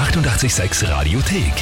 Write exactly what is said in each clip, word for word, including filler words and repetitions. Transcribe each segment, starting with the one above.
achtundachtzig Komma sechs Radiothek.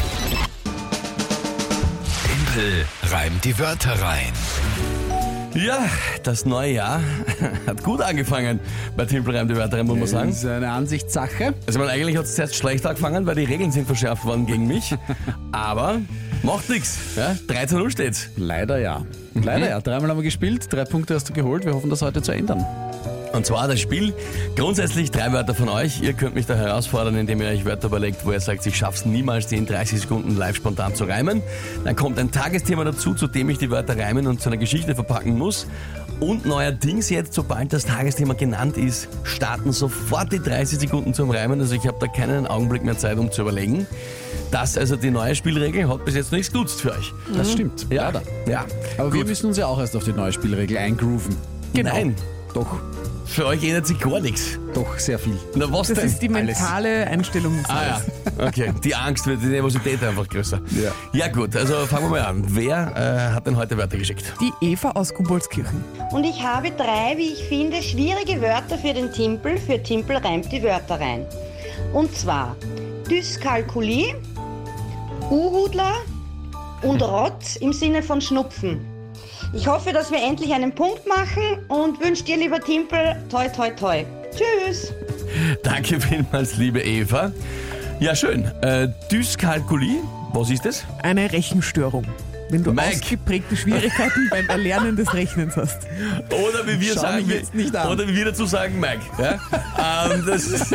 Tempel reimt die Wörter rein. Ja, das neue Jahr hat gut angefangen bei Tempel reimt die Wörter rein, muss man sagen. Das ist eine Ansichtssache. Also man, eigentlich hat es zuerst schlecht angefangen, weil die Regeln sind verschärft worden gegen mich. Aber macht nichts. Ja? drei zu null steht's. Leider ja. Leider ja. Dreimal haben wir gespielt, drei Punkte hast du geholt. Wir hoffen, das heute zu ändern. Und zwar das Spiel, grundsätzlich drei Wörter von euch. Ihr könnt mich da herausfordern, indem ihr euch Wörter überlegt, wo ihr sagt, ich schaff's niemals, die in dreißig Sekunden live spontan zu reimen. Dann kommt ein Tagesthema dazu, zu dem ich die Wörter reimen und zu einer Geschichte verpacken muss. Und neuerdings jetzt, sobald das Tagesthema genannt ist, starten sofort die dreißig Sekunden zum Reimen. Also ich habe da keinen Augenblick mehr Zeit, um zu überlegen. Das also die neue Spielregel hat bis jetzt nichts genutzt für euch. Das stimmt. Ja, Leider. ja. Aber Gut. wir müssen uns ja auch erst auf die neue Spielregel eingrooven. Genau. Nein, Doch, für euch ändert sich gar nichts. doch, sehr viel. Na was Das denn? ist die mentale Einstellung des Ah Jahres. ja, okay. Die Angst wird, die Nervosität einfach größer. Ja. Ja gut, also fangen wir mal an. Wer äh, hat denn heute Wörter geschickt? Die Eva aus Gumboldskirchen. Und ich habe drei, wie ich finde, schwierige Wörter für den Timpel. Für Timpel reimt die Wörter rein. Und zwar Dyskalkulie, Uhudler und Rotz im Sinne von Schnupfen. Ich hoffe, dass wir endlich einen Punkt machen und wünsche dir, lieber Timpel, toi toi toi. Tschüss! Danke vielmals, liebe Eva. Ja, schön. Äh, Dyskalkulie, was ist das? Eine Rechenstörung. Wenn du Mike. ausgeprägte Schwierigkeiten beim Erlernen des Rechnens hast. Oder wie wir Schau sagen, mich jetzt nicht an. oder wie wir dazu sagen, Mike. Ja? ähm, das ist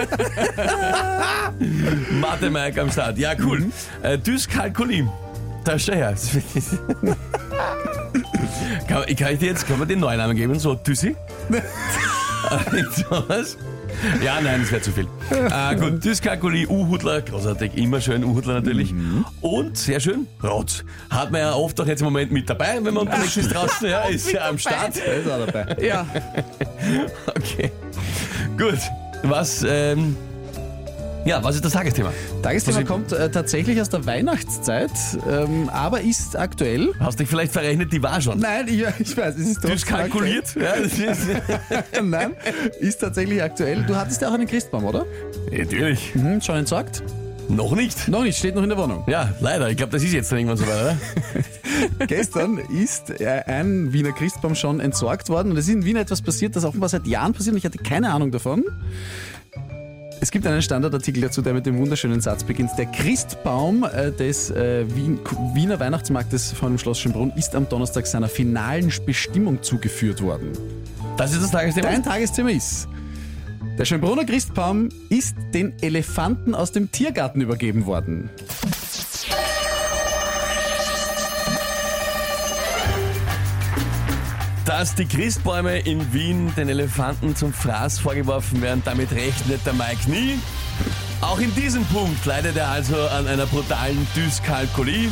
Mathe Mike am Start. Ja, cool. Mhm. Äh, Dyskalkulie. Da schau her. Kann, ich- kann ich dir jetzt, kann man den neuen Namen geben? So, Düssi? so was? Ja, nein, das wäre zu viel. Äh, gut, Dyskalkulie, U-Hudler, großartig, immer schön, U-Hudler natürlich. Und, sehr schön, Rotz. Hat man ja oft auch jetzt im Moment mit dabei, wenn man unterwegs ist draußen, ja, ist ja am Start. Da ist er dabei. Ja, Okay, gut. Was, ähm, ja, was ist das Tagesthema? Tagesthema Was- kommt äh, tatsächlich aus der Weihnachtszeit, ähm, aber ist aktuell. Hast dich vielleicht verrechnet, die war schon. Nein, ich, ich weiß, es ist trotzdem Dyskalkuliert? Ja, das ist, aktuell. Nein, ist tatsächlich aktuell. Du hattest ja auch einen Christbaum, oder? natürlich. Mhm, schon entsorgt? Noch nicht. Noch nicht, steht noch in der Wohnung. Ja, leider. Ich glaube, das ist jetzt dann irgendwann soweit, oder? Gestern ist äh, ein Wiener Christbaum schon entsorgt worden und es ist in Wien etwas passiert, das offenbar seit Jahren passiert und ich hatte keine Ahnung davon. Es gibt einen Standardartikel dazu, der mit dem wunderschönen Satz beginnt. Der Christbaum äh, des äh, Wien, Wiener Weihnachtsmarktes von dem Schloss Schönbrunn ist am Donnerstag seiner finalen Bestimmung zugeführt worden. Das ist das Tagesthema? Dein Tagesthema ist: Der Schönbrunner Christbaum ist den Elefanten aus dem Tiergarten übergeben worden. Dass die Christbäume in Wien den Elefanten zum Fraß vorgeworfen werden, damit rechnet der Mike nie. Auch in diesem Punkt leidet er also an einer brutalen Dyskalkulie.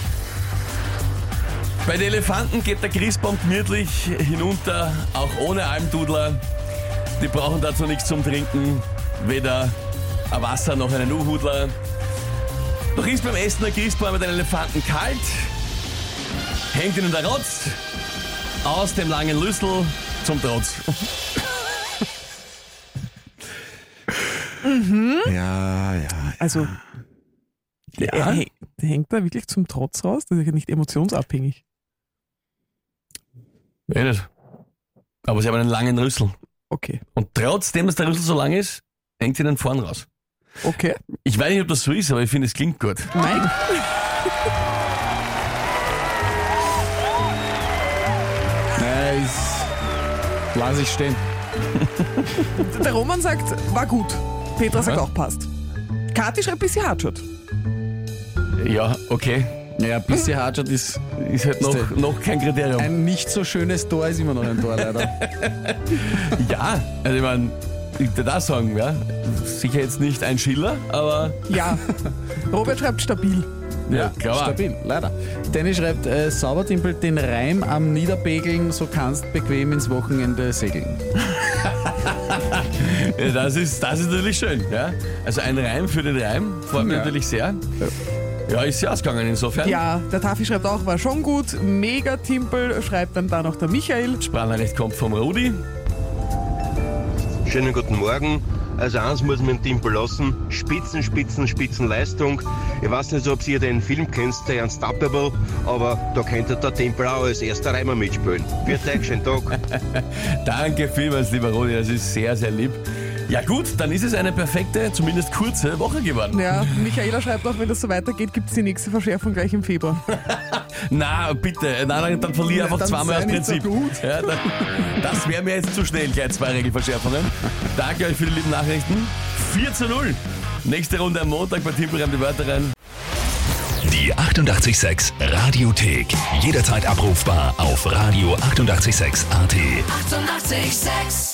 Bei den Elefanten geht der Christbaum gemütlich hinunter, auch ohne Almdudler. Die brauchen dazu nichts zum Trinken, weder ein Wasser noch einen U-Hudler. Doch ist beim Essen der Christbaum mit den Elefanten kalt, hängt ihnen der Rotz aus dem langen Lüssel zum Trotz. Ja, ja. also der, Ja? häng- der hängt da wirklich zum Trotz raus. Das ist ja nicht emotionsabhängig. Eh nicht. Aber sie haben einen langen Rüssel. Okay. Und trotzdem, dass der Rüssel so lang ist, hängt sie dann vorn raus. Okay. Ich weiß nicht, ob das so ist, aber ich finde, es klingt gut. Nein. Nein, lass ich stehen. Der Roman sagt, war gut. Petra sagt Ja. auch, passt. Kathi schreibt, bisschen Hartschott. Ja, okay. Naja, ein bisschen Hartschott ist Ist halt noch, der- noch kein Kriterium. ein nicht so schönes Tor, ist immer noch ein Tor leider. Ja, also ich meine, ich würde auch sagen, ja, sicher jetzt nicht ein Schiller, aber Ja. Robert schreibt stabil. ja, klar. Stabil, leider. Danny schreibt, äh, Saubertimpel, den Reim am Niederpegeln, so kannst bequem ins Wochenende segeln. Ja, das ist, das ist natürlich schön. Ja? Also ein Reim für den Reim, freut mich Ja. natürlich sehr. Ja, ist ja ausgegangen insofern. Ja, der Tafi schreibt auch, war schon gut. Mega Timpel, schreibt dann da noch der Michael. Sprachnachricht kommt vom Rudi. Schönen guten Morgen. Also eins muss man den Timpel lassen, Spitzen, Spitzen, Spitzenleistung. Ich weiß nicht, ob ihr den Film kennt, der Unstoppable, aber da könnte der Timpel auch als erster Reimer mitspielen. Viert euch, schönen Tag. Danke vielmals, lieber Rudi, das ist sehr, sehr lieb. Ja gut, dann ist es eine perfekte, zumindest kurze Woche geworden. Ja, Michaela schreibt auch, wenn das so weitergeht, gibt es die nächste Verschärfung gleich im Februar. Na, bitte, nein, dann verliere ich einfach Dann zweimal sei aus nicht so Prinzip. gut. Ja, dann, das wäre mir jetzt zu schnell, gleich zwei Regelverschärfungen. Danke euch für die lieben Nachrichten. vier zu null. Nächste Runde am Montag bei Timpel reimt die Wörter rein. Die achtundachtzig Komma sechs Radiothek. Jederzeit abrufbar auf radio achtundachtzig Komma sechs Punkt at. achtundachtzig Komma sechs